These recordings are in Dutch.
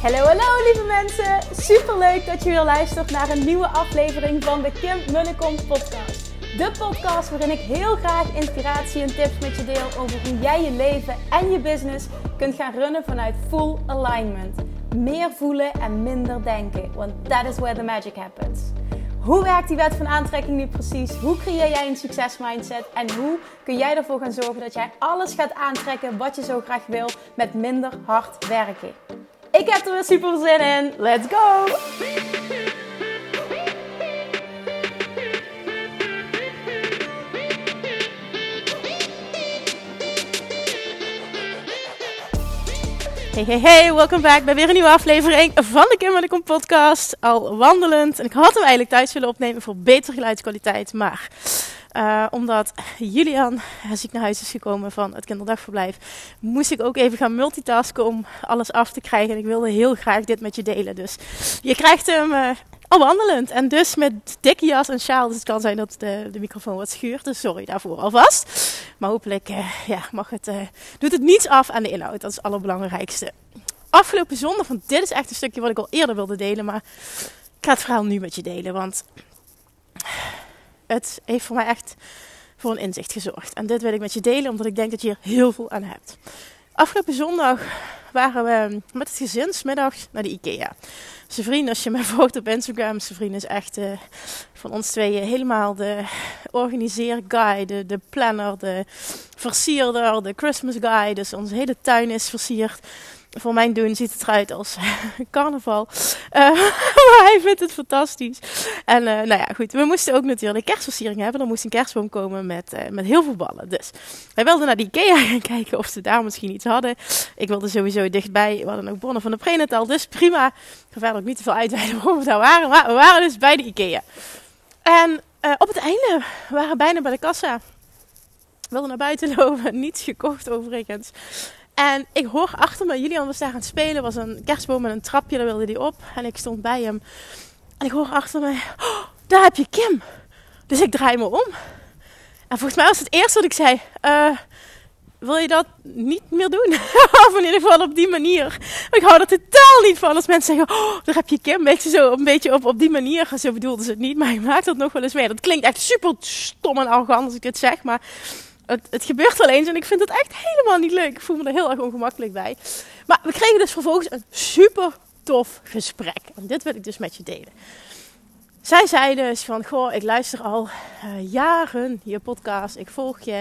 Hallo, hallo lieve mensen! Superleuk dat je weer luistert naar een nieuwe aflevering van de Kim Munnekom podcast. De podcast waarin ik heel graag inspiratie en tips met je deel over hoe jij je leven en je business kunt gaan runnen vanuit full alignment. Meer voelen en minder denken, want that is where the magic happens. Hoe werkt die wet van aantrekking nu precies? Hoe creëer jij een succesmindset? En hoe kun jij ervoor gaan zorgen dat jij alles gaat aantrekken wat je zo graag wil met minder hard werken? Ik heb er weer super zin in. Let's go! Hey, welkom back bij weer een nieuwe aflevering van de Kim Munnekom podcast. Al wandelend. En ik had hem eigenlijk thuis willen opnemen voor betere geluidskwaliteit. Maar omdat Julian ziek naar huis is gekomen van het kinderdagverblijf, moest ik ook even gaan multitasken om alles af te krijgen. En ik wilde heel graag dit met je delen. Dus je krijgt hem al wandelend. En dus met dikke jas en sjaal. Dus het kan zijn dat de microfoon wat schuurt. Dus sorry daarvoor alvast. Maar hopelijk doet het niets af aan de inhoud. Dat is het allerbelangrijkste. Afgelopen zondag, want dit is echt een stukje wat ik al eerder wilde delen. Maar ik ga het verhaal nu met je delen. Want het heeft voor mij echt voor een inzicht gezorgd. En dit wil ik met je delen omdat ik denk dat je hier heel veel aan hebt. Afgelopen zondag waren we met het gezin 's middags naar de IKEA. Zijn vriend, als je mij volgt op Instagram, zijn vriend is echt van ons tweeën helemaal de organiseerguy, de planner, de versierder, de Christmas guy. Dus onze hele tuin is versierd. Voor mijn doen ziet het eruit als carnaval. Maar hij vindt het fantastisch. En goed, we moesten ook natuurlijk kerstversiering hebben. Er moest een kerstboom komen met heel veel ballen. Dus wij wilden naar de IKEA gaan kijken of ze daar misschien iets hadden. Ik wilde sowieso dichtbij. We hadden ook bonnen van de prenatal. Dus prima. Ik ga verder ook niet te veel uitweiden waarom we daar waren. Maar we waren dus bij de IKEA. En op het einde waren we bijna bij de kassa. We wilden naar buiten lopen. Niets gekocht overigens. En ik hoor achter me, Julian was daar aan het spelen, was een kerstboom met een trapje, daar wilde hij op. En ik stond bij hem. En ik hoor achter me, oh, daar heb je Kim. Dus ik draai me om. En volgens mij was het eerste wat ik zei, wil je dat niet meer doen? Of in ieder geval op die manier. Ik hou er totaal niet van als mensen zeggen, oh, daar heb je Kim. Een beetje op die manier. Zo bedoelden ze het niet, maar ik maak dat nog wel eens mee. Dat klinkt echt super stom en arrogant als ik dit zeg, maar het gebeurt wel eens en ik vind het echt helemaal niet leuk. Ik voel me er heel erg ongemakkelijk bij. Maar we kregen dus vervolgens een super tof gesprek. En dit wil ik dus met je delen. Zij zei dus van, goh, ik luister al jaren je podcast. Ik volg je.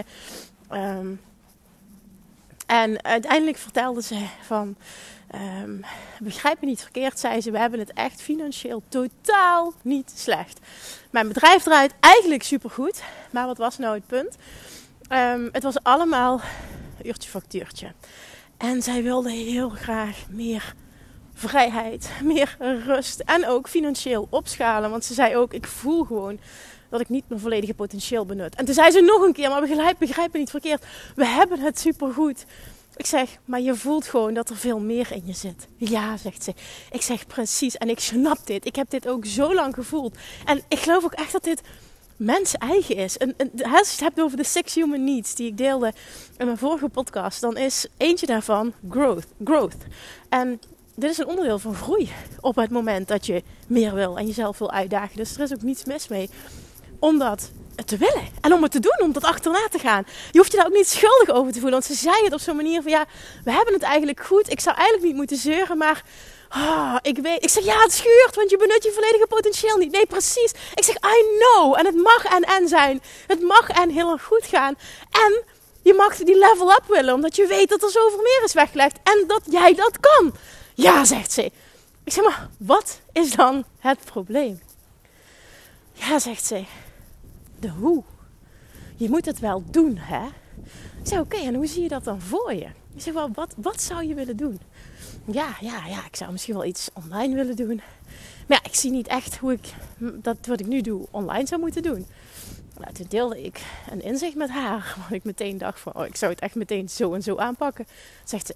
En uiteindelijk vertelde ze van, begrijp me niet verkeerd, zei ze. We hebben het echt financieel totaal niet slecht. Mijn bedrijf draait eigenlijk supergoed. Maar wat was nou het punt? Het was allemaal uurtje factuurtje. En zij wilde heel graag meer vrijheid, meer rust en ook financieel opschalen. Want ze zei ook, ik voel gewoon dat ik niet mijn volledige potentieel benut. En toen zei ze nog een keer, maar begrijp me niet verkeerd. We hebben het supergoed. Ik zeg, maar je voelt gewoon dat er veel meer in je zit. Ja, zegt ze. Ik zeg precies en ik snap dit. Ik heb dit ook zo lang gevoeld. En ik geloof ook echt dat dit mens eigen is. Als je het hebt over de 6 human needs die ik deelde in mijn vorige podcast, dan is eentje daarvan growth. En dit is een onderdeel van groei op het moment dat je meer wil en jezelf wil uitdagen. Dus er is ook niets mis mee om dat te willen en om het te doen, om dat achterna te gaan. Je hoeft je daar ook niet schuldig over te voelen, want ze zei het op zo'n manier van, ja, we hebben het eigenlijk goed. Ik zou eigenlijk niet moeten zeuren, maar ik zeg, ja, het schuurt, want je benut je volledige potentieel niet. Nee, precies. Ik zeg, I know. En het mag en zijn. Het mag en heel erg goed gaan. En je mag die level up willen, omdat je weet dat er zoveel meer is weggelegd. En dat jij dat kan. Ja, zegt ze. Ik zeg, maar wat is dan het probleem? Ja, zegt ze. De hoe. Je moet het wel doen, hè? Ik zeg, oké, en hoe zie je dat dan voor je? Ik zeg, wel, wat zou je willen doen? Ja, ik zou misschien wel iets online willen doen. Maar ja, ik zie niet echt hoe ik dat wat ik nu doe online zou moeten doen. Nou, toen deelde ik een inzicht met haar. Want ik meteen dacht van, ik zou het echt meteen zo en zo aanpakken. Zegt ze,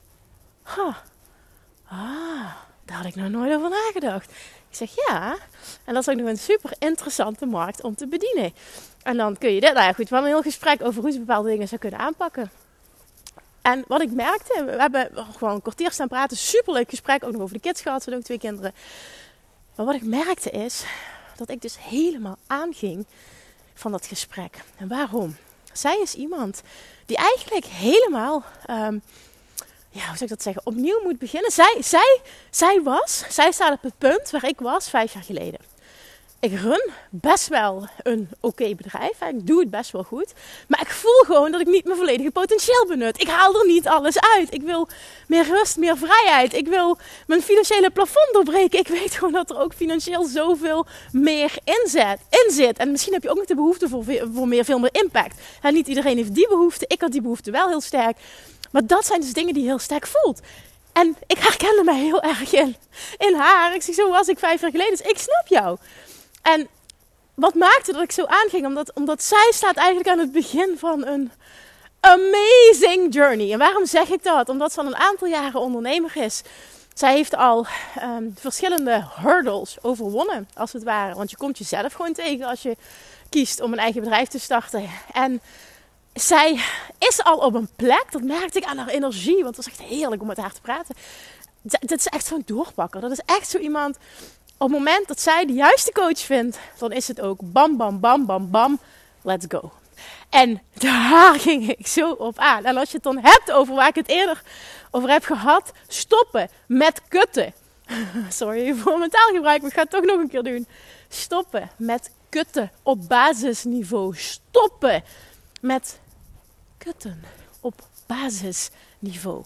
daar had ik nog nooit over nagedacht. Ik zeg, ja. En dat is ook nog een super interessante markt om te bedienen. En dan kun je dit, nou ja goed, we hadden een heel gesprek over hoe ze bepaalde dingen zou kunnen aanpakken. En wat ik merkte, we hebben gewoon een kwartier staan praten. Superleuk gesprek, ook nog over de kids gehad. Ze hadden ook 2 kinderen. Maar wat ik merkte is dat ik dus helemaal aanging van dat gesprek. En waarom? Zij is iemand die eigenlijk helemaal, hoe zou ik dat zeggen, opnieuw moet beginnen. Zij staat op het punt waar ik was 5 jaar geleden. Ik run best wel een oké bedrijf. Ik doe het best wel goed. Maar ik voel gewoon dat ik niet mijn volledige potentieel benut. Ik haal er niet alles uit. Ik wil meer rust, meer vrijheid. Ik wil mijn financiële plafond doorbreken. Ik weet gewoon dat er ook financieel zoveel meer in zit. En misschien heb je ook nog de behoefte voor veel meer impact. En niet iedereen heeft die behoefte. Ik had die behoefte wel heel sterk. Maar dat zijn dus dingen die je heel sterk voelt. En ik herkende mij heel erg in haar. Ik zeg, zo was ik 5 jaar geleden. Dus ik snap jou. En wat maakte dat ik zo aanging? Omdat zij staat eigenlijk aan het begin van een amazing journey. En waarom zeg ik dat? Omdat ze al een aantal jaren ondernemer is. Zij heeft al verschillende hurdles overwonnen, als het ware. Want je komt jezelf gewoon tegen als je kiest om een eigen bedrijf te starten. En zij is al op een plek, dat merkte ik aan haar energie. Want het was echt heerlijk om met haar te praten. Dat is echt zo'n doorpakker. Dat is echt zo iemand. Op het moment dat zij de juiste coach vindt, dan is het ook bam, bam, bam, bam, bam, let's go. En daar ging ik zo op aan. En als je het dan hebt over waar ik het eerder over heb gehad, stoppen met kutten. Sorry voor mijn taalgebruik, maar ik ga het toch nog een keer doen. Stoppen met kutten op basisniveau. Stoppen met kutten op basisniveau.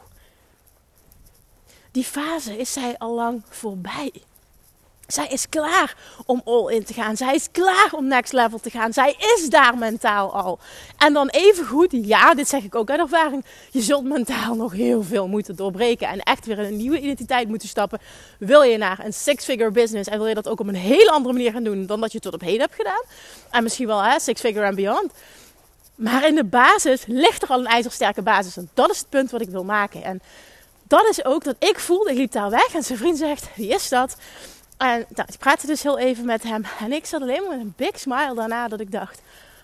Die fase is zij al lang voorbij. Zij is klaar om all in te gaan. Zij is klaar om next level te gaan. Zij is daar mentaal al. En dan even goed, ja, dit zeg ik ook uit ervaring. Je zult mentaal nog heel veel moeten doorbreken. En echt weer in een nieuwe identiteit moeten stappen. Wil je naar een 6-figure business. En wil je dat ook op een hele andere manier gaan doen dan dat je tot op heden hebt gedaan. En misschien wel 6-figure en beyond. Maar in de basis ligt er al een ijzersterke basis. En dat is het punt wat ik wil maken. En dat is ook dat ik voelde, ik liep daar weg. En zijn vriend zegt, wie is dat? En ik praatte dus heel even met hem. En ik zat alleen maar met een big smile daarna dat ik dacht,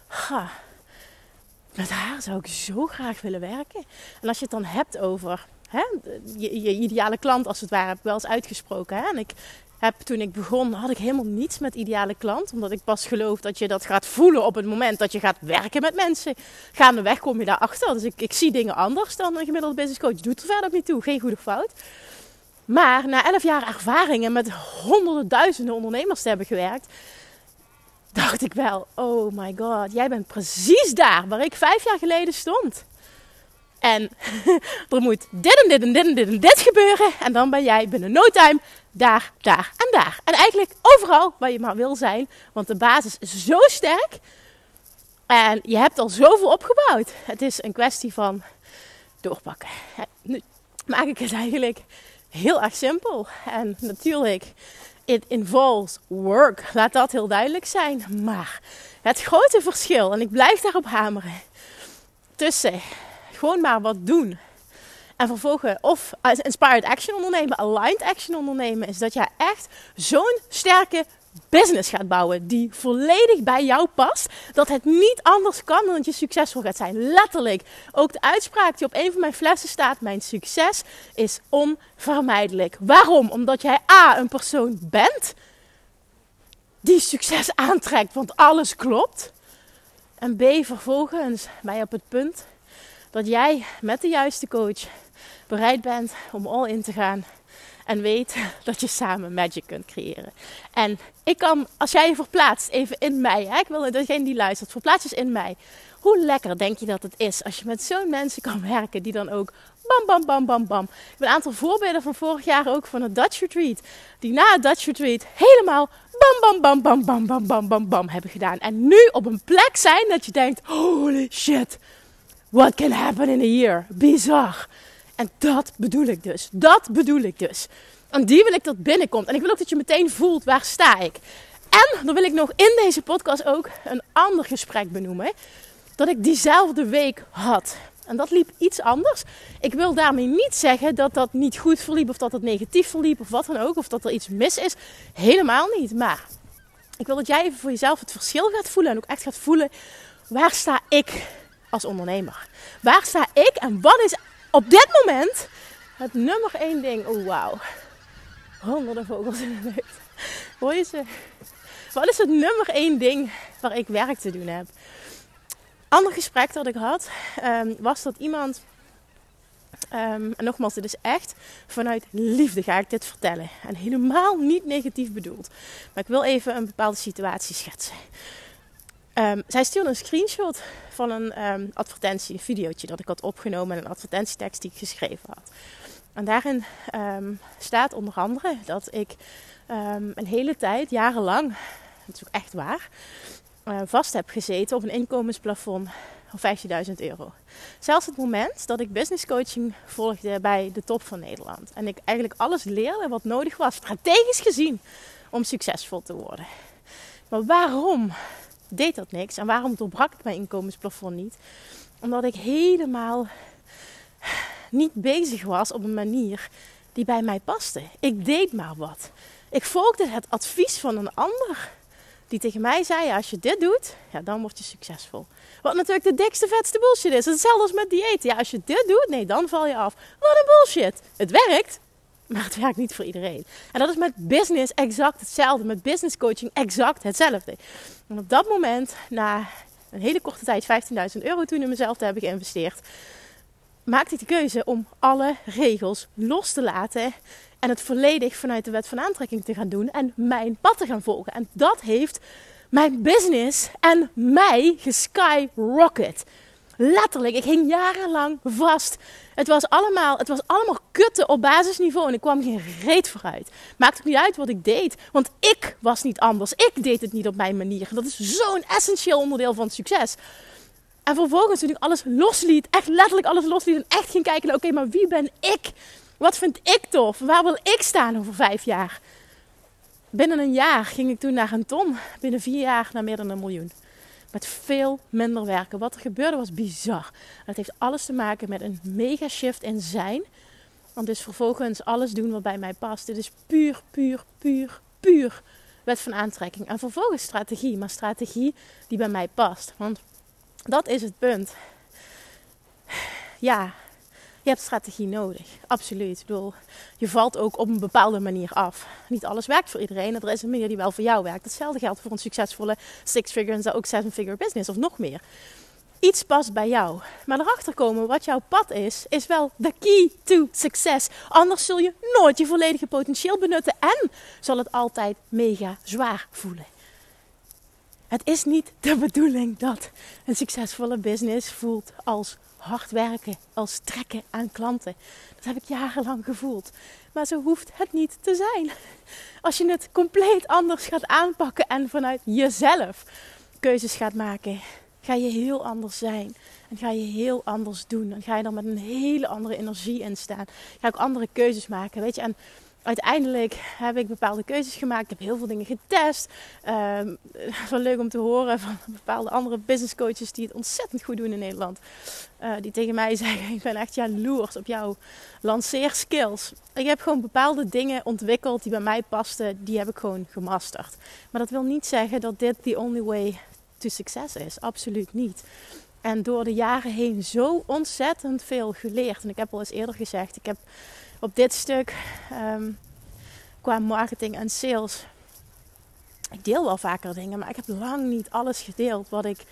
met haar zou ik zo graag willen werken. En als je het dan hebt over je ideale klant als het ware, heb ik wel eens uitgesproken. Hè? En ik heb, toen ik begon, had ik helemaal niets met ideale klant. Omdat ik pas geloof dat je dat gaat voelen op het moment dat je gaat werken met mensen. Gaandeweg kom je daarachter. Dus ik zie dingen anders dan een gemiddelde business coach. Doet er verder ook niet toe, geen goed of fout. Maar na 11 jaar ervaring en met honderden, duizenden ondernemers te hebben gewerkt, dacht ik wel, oh my god, jij bent precies daar waar ik 5 jaar geleden stond. En er moet dit en dit en dit en dit en dit gebeuren. En dan ben jij binnen no time daar, daar en daar. En eigenlijk overal waar je maar wil zijn. Want de basis is zo sterk. En je hebt al zoveel opgebouwd. Het is een kwestie van doorpakken. Nu maak ik het eigenlijk heel erg simpel. En natuurlijk, it involves work. Laat dat heel duidelijk zijn. Maar het grote verschil, en ik blijf daarop hameren, tussen gewoon maar wat doen en vervolgens of inspired action ondernemen, aligned action ondernemen, is dat jij echt zo'n sterke business gaat bouwen die volledig bij jou past, dat het niet anders kan dan dat je succesvol gaat zijn. Letterlijk. Ook de uitspraak die op een van mijn flessen staat, mijn succes is onvermijdelijk. Waarom? Omdat jij A, een persoon bent die succes aantrekt, want alles klopt. En B, vervolgens ben je op het punt dat jij met de juiste coach bereid bent om all in te gaan. En weet dat je samen magic kunt creëren. En ik kan, als jij je verplaatst even in mij. Hè, ik wil degene die luistert, verplaats je in mij. Hoe lekker denk je dat het is als je met zo'n mensen kan werken die dan ook bam, bam, bam, bam, bam. Ik heb een aantal voorbeelden van vorig jaar ook van het Dutch Retreat. Die na het Dutch Retreat helemaal bam, bam, bam, bam, bam, bam, bam, bam, bam hebben gedaan. En nu op een plek zijn dat je denkt, holy shit. What can happen in a year? Bizar. En dat bedoel ik dus. Dat bedoel ik dus. En die wil ik dat binnenkomt. En ik wil ook dat je meteen voelt, waar sta ik? En dan wil ik nog in deze podcast ook een ander gesprek benoemen. Dat ik diezelfde week had. En dat liep iets anders. Ik wil daarmee niet zeggen dat dat niet goed verliep. Of dat het negatief verliep. Of wat dan ook. Of dat er iets mis is. Helemaal niet. Maar ik wil dat jij even voor jezelf het verschil gaat voelen. En ook echt gaat voelen, waar sta ik als ondernemer? Waar sta ik en wat is op dit moment het nummer 1 ding. Oh wauw. Honderden vogels in de lucht. Hoor je ze? Wat is het nummer 1 ding waar ik werk te doen heb? Ander gesprek dat ik had, was dat iemand... en nogmaals, dit is echt vanuit liefde ga ik dit vertellen. En helemaal niet negatief bedoeld. Maar ik wil even een bepaalde situatie schetsen. Zij stuurde een screenshot van een advertentie, een videootje dat ik had opgenomen en een advertentietekst die ik geschreven had. En daarin staat onder andere dat ik een hele tijd, jarenlang, dat is ook echt waar, vast heb gezeten op een inkomensplafond van €15.000. Zelfs het moment dat ik business coaching volgde bij de top van Nederland. En ik eigenlijk alles leerde wat nodig was, strategisch gezien, om succesvol te worden. Maar waarom deed dat niks? En waarom doorbrak ik mijn inkomensplafond niet? Omdat ik helemaal niet bezig was op een manier die bij mij paste. Ik deed maar wat. Ik volgde het advies van een ander die tegen mij zei, ja, als je dit doet, ja, dan word je succesvol. Wat natuurlijk de dikste, vetste bullshit is. Hetzelfde als met diëten. Ja, als je dit doet, nee, dan val je af. Wat een bullshit. Het werkt, maar het werkt niet voor iedereen. En dat is met business exact hetzelfde. Met business coaching exact hetzelfde. En op dat moment, na een hele korte tijd €15.000 toen in mezelf te hebben geïnvesteerd, maakte ik de keuze om alle regels los te laten en het volledig vanuit de wet van aantrekking te gaan doen en mijn pad te gaan volgen. En dat heeft mijn business en mij geskyrocket. Letterlijk, ik hing jarenlang vast. Het was allemaal kutten op basisniveau en ik kwam geen reet vooruit. Maakt het niet uit wat ik deed, want ik was niet anders. Ik deed het niet op mijn manier. Dat is zo'n essentieel onderdeel van het succes. En vervolgens toen ik alles losliet, echt letterlijk alles losliet en echt ging kijken naar, oké, maar wie ben ik? Wat vind ik tof? Waar wil ik staan over 5 jaar? Binnen een jaar ging ik toen naar een ton. Binnen 4 jaar naar meer dan 1 miljoen. Met veel minder werken. Wat er gebeurde was bizar. Dat heeft alles te maken met een mega shift in zijn. Want dus vervolgens alles doen wat bij mij past. Dit is puur wet van aantrekking. En vervolgens strategie. Maar strategie die bij mij past. Want dat is het punt. Ja, je hebt strategie nodig. Absoluut. Ik bedoel, je valt ook op een bepaalde manier af. Niet alles werkt voor iedereen. Er is een manier die wel voor jou werkt. Hetzelfde geldt voor een succesvolle 6-figure en ook 7-figure business of nog meer. Iets past bij jou. Maar erachter komen wat jouw pad is wel de key to success. Anders zul je nooit je volledige potentieel benutten en zal het altijd mega zwaar voelen. Het is niet de bedoeling dat een succesvolle business voelt als hard werken, als trekken aan klanten. Dat heb ik jarenlang gevoeld. Maar zo hoeft het niet te zijn. Als je het compleet anders gaat aanpakken en vanuit jezelf keuzes gaat maken, ga je heel anders zijn. En ga je heel anders doen. Dan ga je er met een hele andere energie in staan. Ga ik andere keuzes maken, weet je. En uiteindelijk heb ik bepaalde keuzes gemaakt. Ik heb heel veel dingen getest. Het is wel leuk om te horen van bepaalde andere business coaches die het ontzettend goed doen in Nederland. Die tegen mij zeggen, ik ben echt jaloers op jouw lanceerskills. Ik heb gewoon bepaalde dingen ontwikkeld die bij mij pasten. Die heb ik gewoon gemasterd. Maar dat wil niet zeggen dat dit the only way to success is. Absoluut niet. En door de jaren heen zo ontzettend veel geleerd. En ik heb al eens eerder gezegd, ik heb op dit stuk qua marketing en sales, ik deel wel vaker dingen, maar ik heb lang niet alles gedeeld wat ik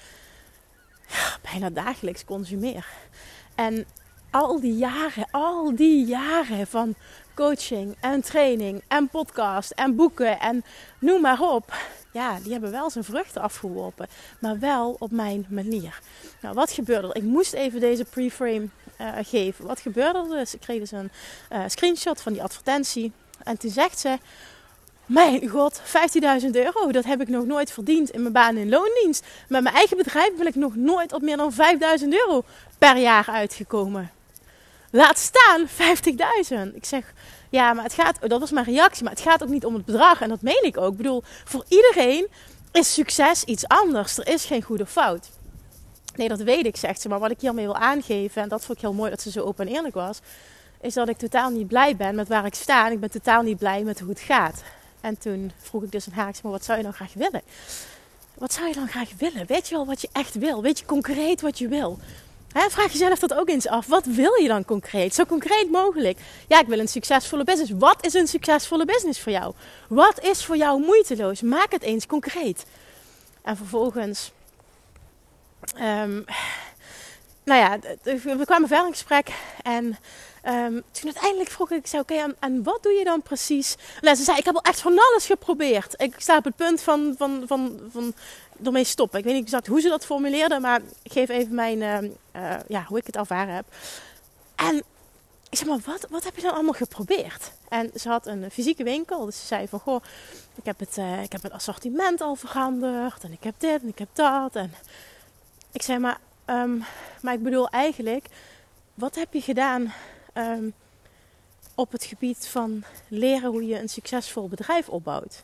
bijna dagelijks consumeer. En al die jaren van coaching en training en podcast en boeken en noem maar op. Ja, die hebben wel zijn vruchten afgeworpen, maar wel op mijn manier. Nou, wat gebeurde er? Ik moest even deze preframe geven. Wat gebeurde er? Dus ik kreeg dus een screenshot van die advertentie. En toen zegt ze, mijn god, €15.000, dat heb ik nog nooit verdiend in mijn baan in loondienst. Met mijn eigen bedrijf ben ik nog nooit op meer dan €5.000 per jaar uitgekomen. Laat staan 50.000. Ik zeg, ja, maar het gaat, dat was mijn reactie, maar het gaat ook niet om het bedrag. En dat meen ik ook. Ik bedoel, voor iedereen is succes iets anders. Er is geen goede fout. Nee, dat weet ik, zegt ze. Maar wat ik hiermee wil aangeven, en dat vond ik heel mooi dat ze zo open en eerlijk was, is dat ik totaal niet blij ben met waar ik sta. En ik ben totaal niet blij met hoe het gaat. En toen vroeg ik dus aan haar, maar wat zou je dan graag willen? Wat zou je dan graag willen? Weet je wel wat je echt wil? Weet je concreet wat je wil? Vraag jezelf dat ook eens af. Wat wil je dan concreet? Zo concreet mogelijk. Ja, ik wil een succesvolle business. Wat is een succesvolle business voor jou? Wat is voor jou moeiteloos? Maak het eens concreet. En vervolgens... we kwamen verder in gesprek. En toen uiteindelijk vroeg ik... Oké, en wat doe je dan precies? Nou, ze zei, ik heb al echt van alles geprobeerd. Ik sta op het punt van ermee stoppen. Ik weet niet exact hoe ze dat formuleerde, maar ik geef even mijn, hoe ik het ervaren heb. En ik zeg maar, wat heb je dan allemaal geprobeerd? En ze had een fysieke winkel, dus ze zei van, goh, ik heb het assortiment al veranderd en ik heb dit en ik heb dat. En ik zei, maar ik bedoel eigenlijk, wat heb je gedaan op het gebied van leren hoe je een succesvol bedrijf opbouwt?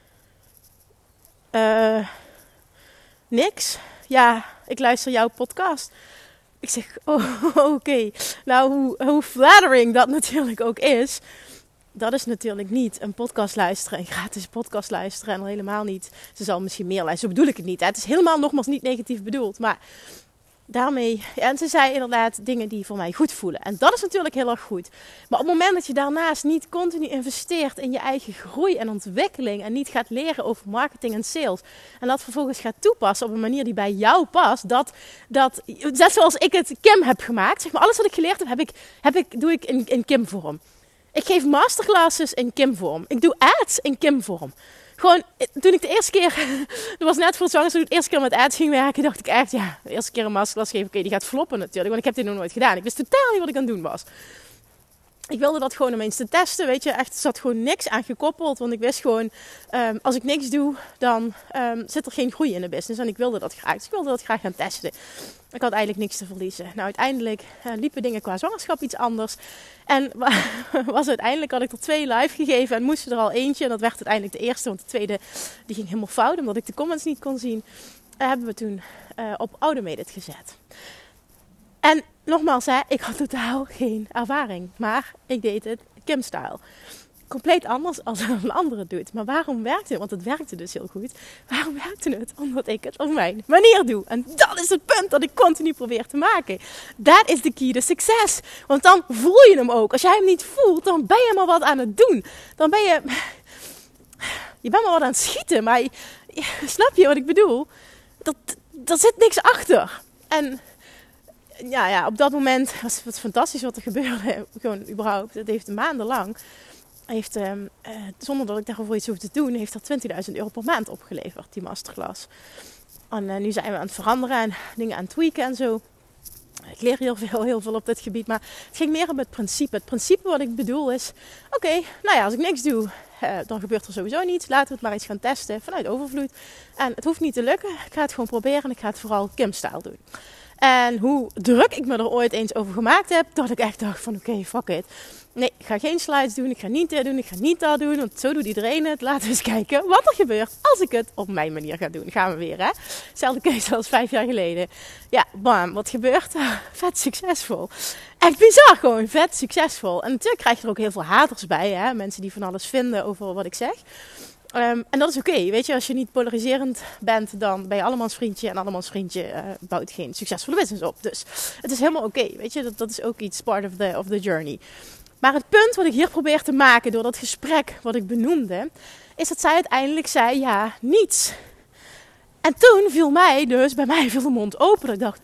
Niks. Ja, ik luister jouw podcast. Ik zeg, oké. Nou, hoe flattering dat natuurlijk ook is. Dat is natuurlijk niet een podcast luisteren. Een gratis podcast luisteren. En al helemaal niet. Ze zal misschien meer luisteren. Zo bedoel ik het niet. Hè? Het is helemaal nogmaals niet negatief bedoeld. Maar daarmee... Ja, en ze zei inderdaad dingen die voor mij goed voelen. En dat is natuurlijk heel erg goed. Maar op het moment dat je daarnaast niet continu investeert in je eigen groei en ontwikkeling. En niet gaat leren over marketing en sales. En dat vervolgens gaat toepassen op een manier die bij jou past. Net zoals ik het Kim heb gemaakt. Zeg maar, alles wat ik geleerd heb, doe ik in Kim-vorm. Ik geef masterclasses in Kim-vorm. Ik doe ads in Kim-vorm. Gewoon, toen ik de eerste keer, dat was net voor het zwangerschap, toen ik de eerste keer met ads ging werken, dacht ik echt, ja, de eerste keer een masterclass geven, oké, die gaat floppen natuurlijk, want ik heb dit nog nooit gedaan. Ik wist totaal niet wat ik aan het doen was. Ik wilde dat gewoon om eens te testen, weet je, echt, er zat gewoon niks aan gekoppeld, want ik wist gewoon, als ik niks doe, dan zit er geen groei in de business en ik wilde dat graag. Dus ik wilde dat graag gaan testen. Ik had eigenlijk niks te verliezen. Nou, uiteindelijk liepen dingen qua zwangerschap iets anders. En uiteindelijk had ik er 2 live gegeven en moest er al eentje. En dat werd uiteindelijk de eerste, want de tweede die ging helemaal fout, omdat ik de comments niet kon zien. Hebben we toen op Automated gezet. En nogmaals, ik had totaal geen ervaring. Maar ik deed het Kim-style. Compleet anders als een andere doet. Maar waarom werkte het? Want het werkte dus heel goed. Waarom werkte het? Omdat ik het op mijn manier doe. En dat is het punt dat ik continu probeer te maken. Dat is de key to succes. Want dan voel je hem ook. Als jij hem niet voelt, dan ben je maar wat aan het doen. Dan ben je... Je bent maar wat aan het schieten. Maar snap je wat ik bedoel? Er zit niks achter. En... Ja, op dat moment was het fantastisch wat er gebeurde. Gewoon überhaupt. Het heeft maandenlang. Zonder dat ik daarvoor iets hoef te doen, heeft dat €20.000 per maand opgeleverd, die masterclass. En nu zijn we aan het veranderen en dingen aan het tweaken en zo. Ik leer heel veel op dit gebied, maar het ging meer om het principe. Het principe wat ik bedoel is, oké, als ik niks doe, dan gebeurt er sowieso niets. Laten we het maar eens gaan testen vanuit overvloed. En het hoeft niet te lukken. Ik ga het gewoon proberen en ik ga het vooral Kim-style doen. En hoe druk ik me er ooit eens over gemaakt heb, dat ik echt dacht van oké, fuck it. Nee, ik ga geen slides doen, ik ga niet dit doen, ik ga niet dat doen, want zo doet iedereen het. Laten we eens kijken wat er gebeurt als ik het op mijn manier ga doen. Gaan we weer, hè? Zelfde keuze als 5 jaar geleden. Ja, bam, wat gebeurt er? Vet succesvol. Echt bizar gewoon, vet succesvol. En natuurlijk krijg je er ook heel veel haters bij, hè? Mensen die van alles vinden over wat ik zeg. En dat is oké. Weet je, als je niet polariserend bent, dan ben je allemans vriendje. En allemans vriendje bouwt geen succesvolle business op. Dus het is helemaal oké. Weet je, dat is ook iets part of the journey. Maar het punt wat ik hier probeer te maken door dat gesprek wat ik benoemde, is dat zij uiteindelijk zei, ja, niets. En toen viel bij mij viel de mond open. Ik dacht,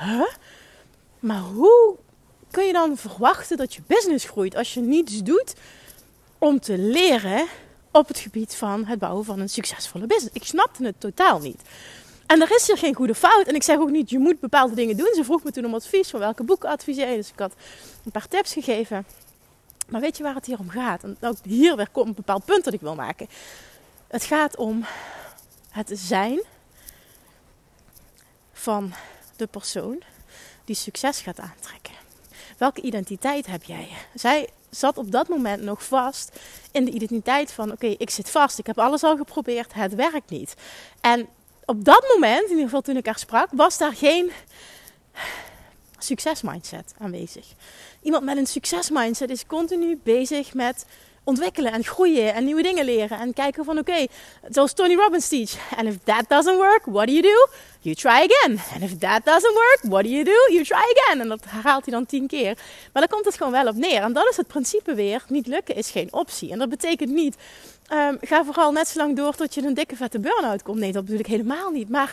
maar hoe kun je dan verwachten dat je business groeit als je niets doet om te leren op het gebied van het bouwen van een succesvolle business? Ik snapte het totaal niet. En er is hier geen goede fout. En ik zeg ook niet, je moet bepaalde dingen doen. Ze vroeg me toen om advies, van welke boeken adviseer je. Dus ik had een paar tips gegeven. Maar weet je waar het hier om gaat? En ook hier weer komt een bepaald punt dat ik wil maken. Het gaat om het zijn van de persoon die succes gaat aantrekken. Welke identiteit heb jij? Zij zat op dat moment nog vast in de identiteit van oké, ik zit vast. Ik heb alles al geprobeerd. Het werkt niet. En op dat moment, in ieder geval toen ik haar sprak, was daar geen succesmindset aanwezig. Iemand met een succesmindset is continu bezig met ontwikkelen en groeien en nieuwe dingen leren. En kijken van oké, zoals Tony Robbins teach. And if that doesn't work, what do? You try again. And if that doesn't work, what do? You try again. En dat herhaalt hij dan 10 keer. Maar dan komt het gewoon wel op neer. En dat is het principe weer. Niet lukken is geen optie. En dat betekent niet, ga vooral net zo lang door tot je een dikke vette burn-out komt. Nee, dat bedoel ik helemaal niet. Maar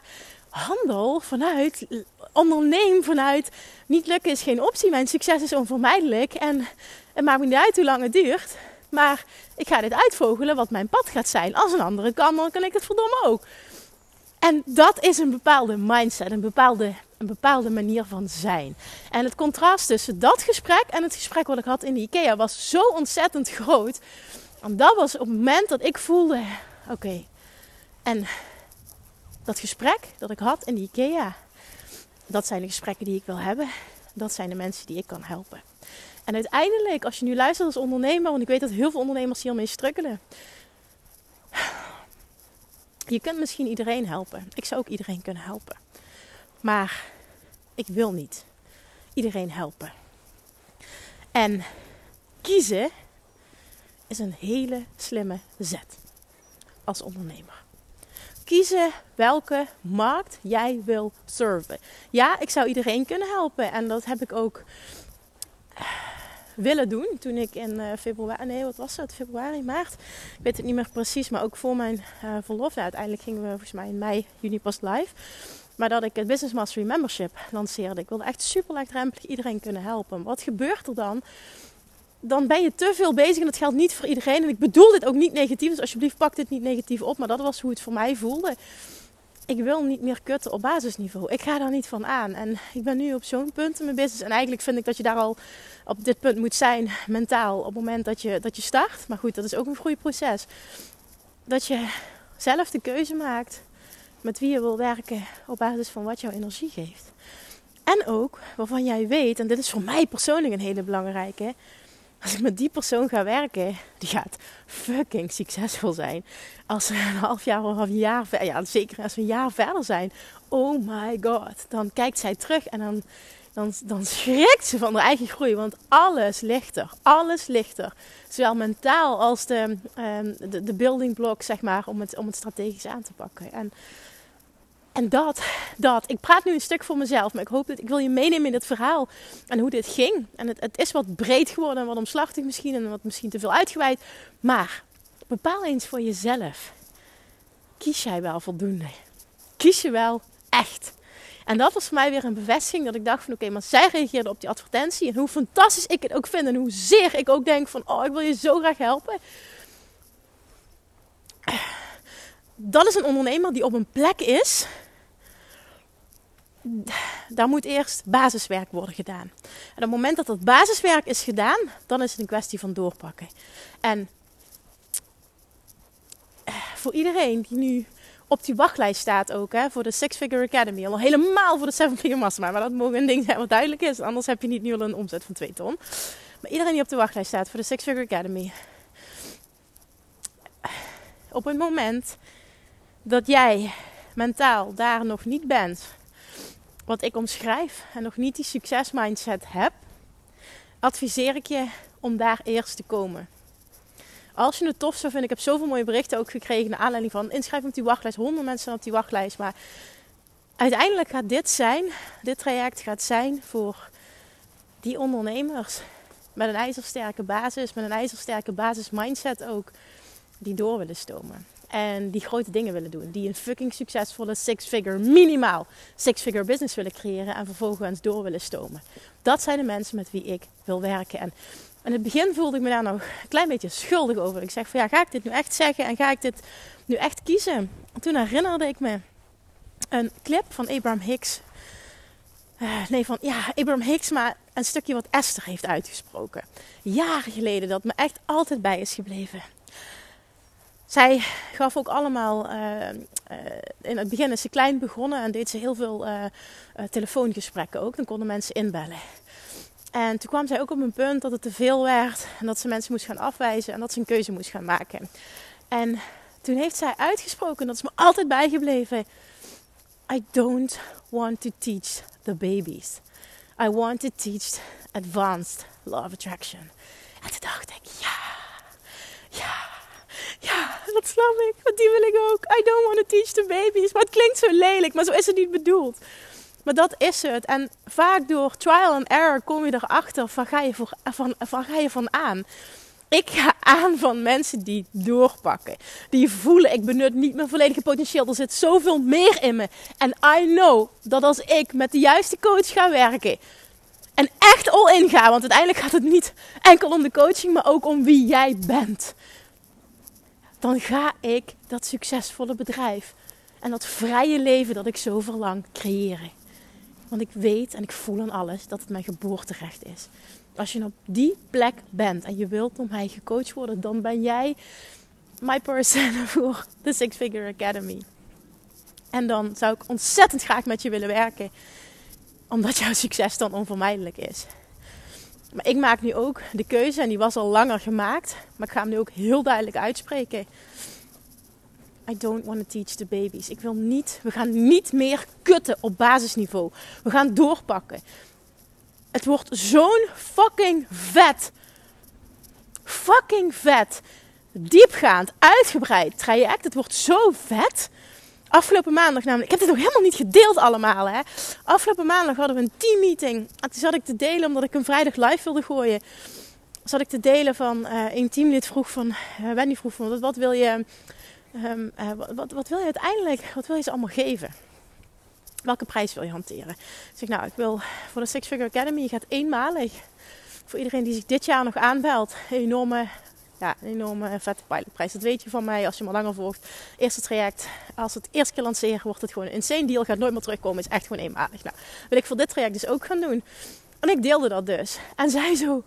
onderneem vanuit, niet lukken is geen optie. Mijn succes is onvermijdelijk. En het maakt me niet uit hoe lang het duurt. Maar ik ga dit uitvogelen wat mijn pad gaat zijn. Als een andere kan, dan kan ik het verdomme ook. En dat is een bepaalde mindset, een bepaalde manier van zijn. En het contrast tussen dat gesprek en het gesprek wat ik had in de IKEA was zo ontzettend groot. En dat was op het moment dat ik voelde, oké. En dat gesprek dat ik had in de IKEA, dat zijn de gesprekken die ik wil hebben. Dat zijn de mensen die ik kan helpen. En uiteindelijk, als je nu luistert als ondernemer, want ik weet dat heel veel ondernemers hiermee struggelen. Je kunt misschien iedereen helpen. Ik zou ook iedereen kunnen helpen. Maar ik wil niet iedereen helpen. En kiezen is een hele slimme zet als ondernemer. Kiezen welke markt jij wil serven. Ja, ik zou iedereen kunnen helpen. En dat heb ik ook willen doen toen ik in februari, maart. Ik weet het niet meer precies, maar ook voor mijn verlof. Ja, uiteindelijk gingen we volgens mij in mei, juni pas live. Maar dat ik het Business Mastery Membership lanceerde. Ik wilde echt super laagdrempelig iedereen kunnen helpen. Wat gebeurt er dan? Dan ben je te veel bezig en dat geldt niet voor iedereen. En ik bedoel dit ook niet negatief, dus alsjeblieft pak dit niet negatief op. Maar dat was hoe het voor mij voelde. Ik wil niet meer kutten op basisniveau. Ik ga daar niet van aan. En ik ben nu op zo'n punt in mijn business. En eigenlijk vind ik dat je daar al op dit punt moet zijn, mentaal, op het moment dat je start. Maar goed, dat is ook een groeiproces. Dat je zelf de keuze maakt met wie je wil werken op basis van wat jouw energie geeft. En ook waarvan jij weet, en dit is voor mij persoonlijk een hele belangrijke. Als ik met die persoon ga werken, die gaat fucking succesvol zijn. Als we een half jaar of een jaar verder, ja zeker als we een jaar verder zijn. Oh my god. Dan kijkt zij terug en dan schrikt ze van haar eigen groei. Want alles ligt er. Alles ligt er. Zowel mentaal als de building block, zeg maar, om het strategisch aan te pakken. En dat. Ik praat nu een stuk voor mezelf, maar ik wil je meenemen in dit verhaal en hoe dit ging. En het is wat breed geworden en wat omslachtig misschien en wat misschien te veel uitgeweid. Maar bepaal eens voor jezelf. Kies jij wel voldoende? Kies je wel echt? En dat was voor mij weer een bevestiging dat ik dacht van oké, maar zij reageerde op die advertentie. En hoe fantastisch ik het ook vind en hoezeer ik ook denk van ik wil je zo graag helpen. Dat is een ondernemer die op een plek is. Daar moet eerst basiswerk worden gedaan. En op het moment dat dat basiswerk is gedaan, dan is het een kwestie van doorpakken. En voor iedereen die nu op die wachtlijst staat ook, voor de Six Figure Academy. Al helemaal voor de 7 Figure Mastermind. Maar dat mogen een ding zijn wat duidelijk is. Anders heb je niet nu al een omzet van 2 ton. Maar iedereen die op de wachtlijst staat voor de Six Figure Academy. Op het moment dat jij mentaal daar nog niet bent, wat ik omschrijf, en nog niet die succesmindset hebt, adviseer ik je om daar eerst te komen. Als je het tof zou vinden, ik heb zoveel mooie berichten ook gekregen naar aanleiding van inschrijven op die wachtlijst, 100 mensen op die wachtlijst, maar uiteindelijk gaat dit traject gaat zijn voor die ondernemers met een ijzersterke basis, met een ijzersterke basismindset ook, die door willen stomen. En die grote dingen willen doen. Die een fucking succesvolle minimaal 6-figure business willen creëren. En vervolgens door willen stomen. Dat zijn de mensen met wie ik wil werken. En in het begin voelde ik me daar nog een klein beetje schuldig over. Ik zeg van ja, ga ik dit nu echt zeggen? En ga ik dit nu echt kiezen? En toen herinnerde ik me een clip van Abraham Hicks. Abraham Hicks, maar een stukje wat Esther heeft uitgesproken. Jaren geleden, dat me echt altijd bij is gebleven. Zij gaf ook allemaal, in het begin is ze klein begonnen en deed ze heel veel telefoongesprekken ook. Dan konden mensen inbellen. En toen kwam zij ook op een punt dat het te veel werd en dat ze mensen moest gaan afwijzen en dat ze een keuze moest gaan maken. En toen heeft zij uitgesproken, dat is me altijd bijgebleven. I don't want to teach the babies. I want to teach advanced law of attraction. En toen dacht ik, ja. Ja, dat snap ik. Want die wil ik ook. I don't want to teach the babies. Maar het klinkt zo lelijk, maar zo is het niet bedoeld. Maar dat is het. En vaak door trial and error kom je erachter van ga je van aan. Ik ga aan van mensen die doorpakken. Die voelen, ik benut niet mijn volledige potentieel. Er zit zoveel meer in me. En I know dat als ik met de juiste coach ga werken. En echt all in ga. Want uiteindelijk gaat het niet enkel om de coaching, maar ook om wie jij bent. Dan ga ik dat succesvolle bedrijf en dat vrije leven dat ik zo verlang creëren. Want ik weet en ik voel aan alles dat het mijn geboorterecht is. Als je op die plek bent en je wilt door mij gecoacht worden, dan ben jij my person voor de Six Figure Academy. En dan zou ik ontzettend graag met je willen werken, omdat jouw succes dan onvermijdelijk is. Maar ik maak nu ook de keuze, en die was al langer gemaakt, maar ik ga hem nu ook heel duidelijk uitspreken. I don't want to teach the babies. We gaan niet meer kutten op basisniveau. We gaan doorpakken. Het wordt zo'n fucking vet, diepgaand, uitgebreid traject. Het wordt zo vet. Afgelopen maandag namelijk, ik heb dit nog helemaal niet gedeeld allemaal. Hè. Afgelopen maandag hadden we een teammeeting. En toen zat ik te delen, omdat ik een vrijdag live wilde gooien. Zat ik te delen van, een teamlid vroeg van, Wendy vroeg van, wat wil je uiteindelijk, wat wil je ze allemaal geven? Welke prijs wil je hanteren? Ik zeg, nou, ik wil voor de Six Figure Academy, je gaat eenmalig, voor iedereen die zich dit jaar nog aanbelt, een enorme vette pilotprijs. Dat weet je van mij als je me langer volgt. Eerste traject, als we het eerst keer lanceren, wordt het gewoon een insane deal. Gaat nooit meer terugkomen, is echt gewoon eenmalig. Nou, wil ik voor dit traject dus ook gaan doen. En ik deelde dat dus. En zij zo,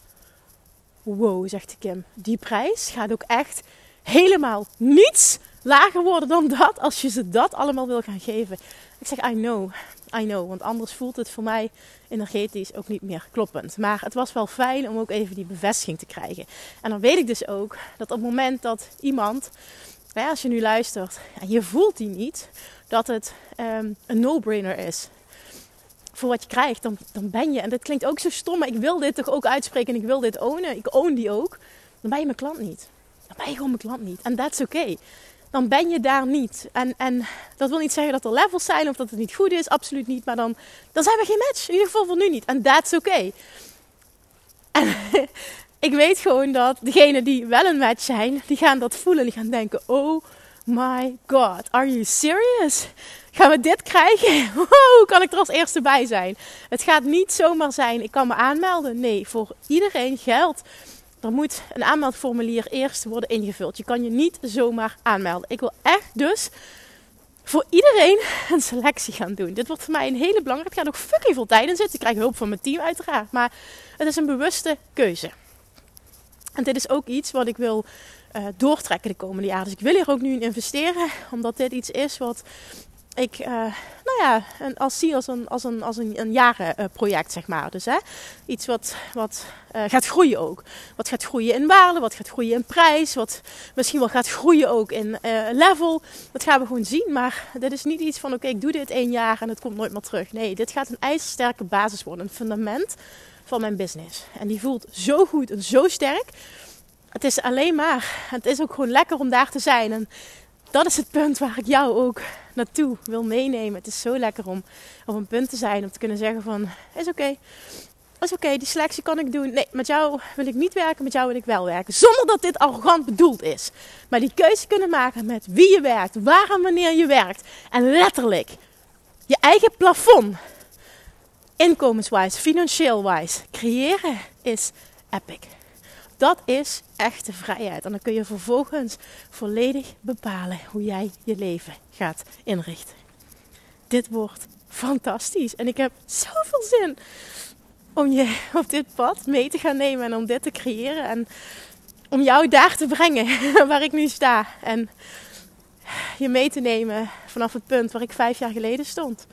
wow, zegt Kim, die prijs gaat ook echt helemaal niets lager worden dan dat, als je ze dat allemaal wil gaan geven. Ik zeg, I know, want anders voelt het voor mij energetisch ook niet meer kloppend. Maar het was wel fijn om ook even die bevestiging te krijgen. En dan weet ik dus ook dat op het moment dat iemand, als je nu luistert en je voelt die niet, dat het een no-brainer is voor wat je krijgt, dan ben je, en dat klinkt ook zo stom, maar ik wil dit toch ook uitspreken en ik wil dit ownen, ik own die ook, dan ben je mijn klant niet. Dan ben je gewoon mijn klant niet. En that's okay. Dan ben je daar niet. En dat wil niet zeggen dat er levels zijn of dat het niet goed is. Absoluut niet. Maar dan zijn we geen match. In ieder geval voor nu niet. En that's okay. En ik weet gewoon dat degenen die wel een match zijn, die gaan dat voelen. Die gaan denken, oh my god, are you serious? Gaan we dit krijgen? Wow, kan ik er als eerste bij zijn? Het gaat niet zomaar zijn, ik kan me aanmelden. Nee, voor iedereen geldt. Er moet een aanmeldformulier eerst worden ingevuld. Je kan je niet zomaar aanmelden. Ik wil echt dus voor iedereen een selectie gaan doen. Dit wordt voor mij een hele belangrijke. Er gaat ook fucking veel tijd in zitten. Ik krijg hulp van mijn team uiteraard. Maar het is een bewuste keuze. En dit is ook iets wat ik wil doortrekken de komende jaren. Dus ik wil hier ook nu in investeren. Omdat dit iets is wat ik zie als een jarenproject, zeg maar. Dus iets wat gaat groeien ook. Wat gaat groeien in waarde, wat gaat groeien in prijs, wat misschien wel gaat groeien ook in level. Dat gaan we gewoon zien. Maar dit is niet iets van, oké, ik doe dit 1 jaar en het komt nooit meer terug. Nee, dit gaat een ijzersterke basis worden. Een fundament van mijn business. En die voelt zo goed en zo sterk. Het is het is ook gewoon lekker om daar te zijn. En dat is het punt waar ik jou ook naartoe wil meenemen. Het is zo lekker om op een punt te zijn. Om te kunnen zeggen van, is oké, die selectie kan ik doen. Nee, met jou wil ik niet werken, met jou wil ik wel werken. Zonder dat dit arrogant bedoeld is. Maar die keuze kunnen maken met wie je werkt, waar en wanneer je werkt. En letterlijk je eigen plafond, inkomenswijs, financieel-wijs, creëren is epic. Dat is echte vrijheid. En dan kun je vervolgens volledig bepalen hoe jij je leven gaat inrichten. Dit wordt fantastisch. En ik heb zoveel zin om je op dit pad mee te gaan nemen. En om dit te creëren. En om jou daar te brengen waar ik nu sta. En je mee te nemen vanaf het punt waar ik 5 jaar geleden stond.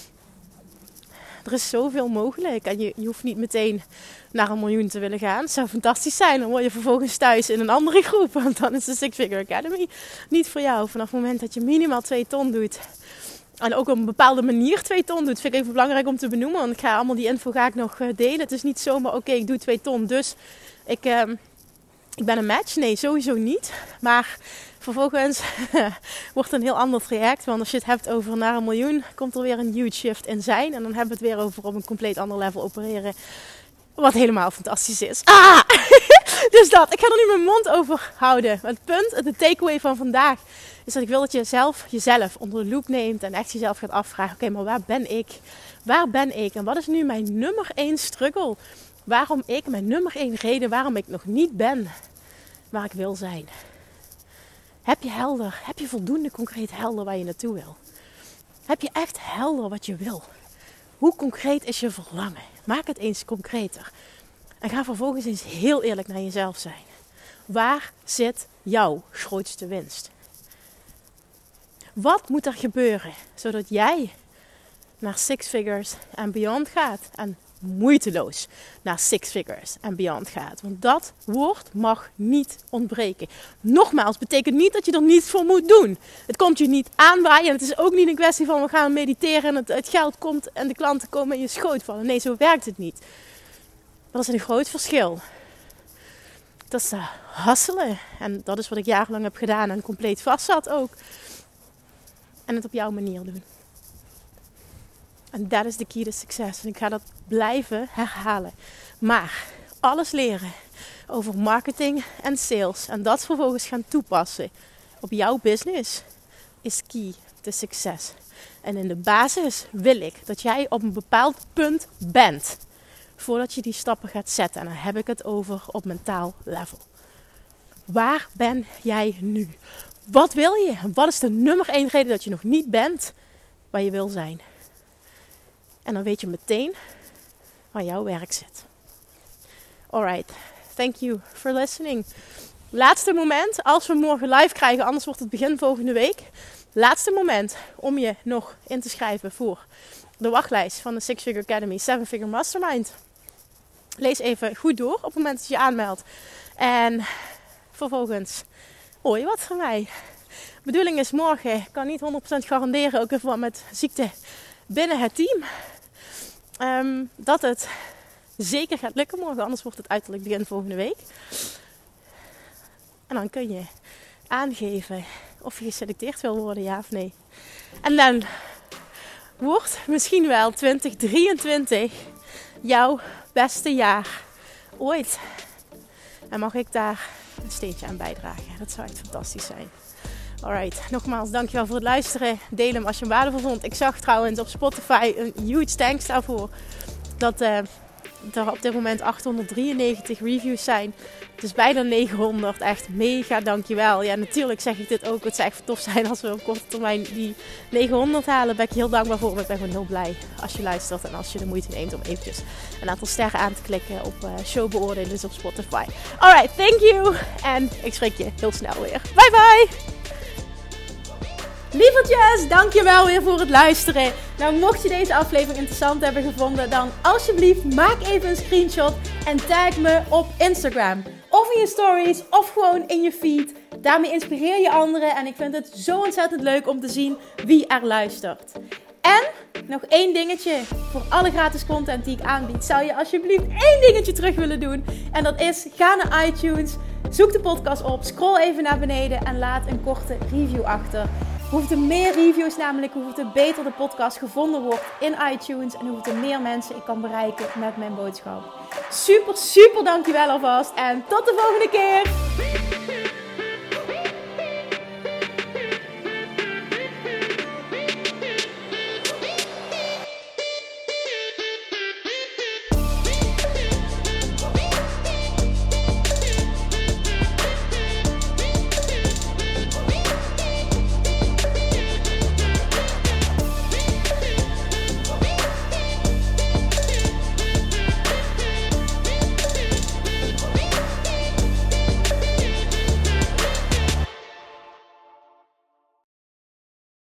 Er is zoveel mogelijk. En je hoeft niet meteen naar 1 miljoen te willen gaan. Het zou fantastisch zijn. Dan word je vervolgens thuis in een andere groep. Want dan is de Six Figure Academy niet voor jou. Vanaf het moment dat je minimaal 2 ton doet. En ook op een bepaalde manier 2 ton doet. Vind ik even belangrijk om te benoemen. Want ik ga die info nog delen. Het is niet zomaar, oké, ik doe 2 ton. Dus ik ik ben een match? Nee, sowieso niet. Maar vervolgens wordt een heel ander traject. Want als je het hebt over naar 1 miljoen, komt er weer een huge shift in zijn. En dan hebben we het weer over op een compleet ander level opereren. Wat helemaal fantastisch is. Dus dat. Ik ga er nu mijn mond over houden. Het punt, de takeaway van vandaag, is dat ik wil dat je jezelf onder de loep neemt. En echt jezelf gaat afvragen. Oké, maar waar ben ik? Waar ben ik? En wat is nu mijn nummer 1 struggle? Mijn nummer 1 reden waarom ik nog niet ben waar ik wil zijn. Heb je helder? Heb je voldoende concreet helder waar je naartoe wil? Heb je echt helder wat je wil? Hoe concreet is je verlangen? Maak het eens concreter. En ga vervolgens eens heel eerlijk naar jezelf zijn. Waar zit jouw grootste winst? Wat moet er gebeuren zodat jij naar 6 figures en beyond gaat? En moeiteloos naar 6 figures en beyond gaat. Want dat woord mag niet ontbreken. Nogmaals, betekent niet dat je er niets voor moet doen. Het komt je niet aanwaaien. En het is ook niet een kwestie van we gaan mediteren en het geld komt en de klanten komen in je schoot vallen. Nee, zo werkt het niet. Dat is een groot verschil. Dat is hasselen. En dat is wat ik jarenlang heb gedaan en compleet vast zat ook. En het op jouw manier doen. En dat is de key to succes. En ik ga dat blijven herhalen. Maar alles leren over marketing en sales. En dat vervolgens gaan toepassen op jouw business. Is key to succes. En in de basis wil ik dat jij op een bepaald punt bent. Voordat je die stappen gaat zetten. En dan heb ik het over op mentaal level. Waar ben jij nu? Wat wil je? Wat is de nummer 1 reden dat je nog niet bent waar je wil zijn? En dan weet je meteen waar jouw werk zit. Alright, thank you for listening. Laatste moment, als we morgen live krijgen, anders wordt het begin volgende week. Laatste moment om je nog in te schrijven voor de wachtlijst van de 6 Figure Academy 7 Figure Mastermind. Lees even goed door op het moment dat je je aanmeldt. En vervolgens hoor je wat van mij. De bedoeling is morgen, ik kan niet 100% garanderen, ook even met ziekte binnen het team, dat het zeker gaat lukken morgen. Anders wordt het uiterlijk begin volgende week. En dan kun je aangeven of je geselecteerd wil worden, ja of nee. En dan wordt misschien wel 2023 jouw beste jaar ooit. En mag ik daar een steentje aan bijdragen. Dat zou echt fantastisch zijn. Alright, nogmaals dankjewel voor het luisteren. Deel hem als je hem waardevol vond. Ik zag trouwens op Spotify een huge thanks daarvoor. Dat er op dit moment 893 reviews zijn. Het is bijna 900. Echt mega dankjewel. Ja, natuurlijk zeg ik dit ook. Het zou echt tof zijn als we op korte termijn die 900 halen. Daar ben ik heel dankbaar voor. Maar ik ben gewoon heel blij als je luistert. En als je de moeite neemt om eventjes een aantal sterren aan te klikken op showbeoordelen. Dus op Spotify. Alright, thank you. En ik spreek je heel snel weer. Bye bye. Lievertjes, dankjewel weer voor het luisteren. Nou, mocht je deze aflevering interessant hebben gevonden, dan alsjeblieft maak even een screenshot en tag me op Instagram. Of in je stories, of gewoon in je feed. Daarmee inspireer je anderen en ik vind het zo ontzettend leuk om te zien wie er luistert. En nog 1 dingetje. Voor alle gratis content die ik aanbied, zou je alsjeblieft 1 dingetje terug willen doen. En dat is, ga naar iTunes, zoek de podcast op, scroll even naar beneden en laat een korte review achter. Hoe te meer reviews namelijk, hoe te beter de podcast gevonden wordt in iTunes. En hoe te meer mensen ik kan bereiken met mijn boodschap. Super, super dankjewel alvast. En tot de volgende keer.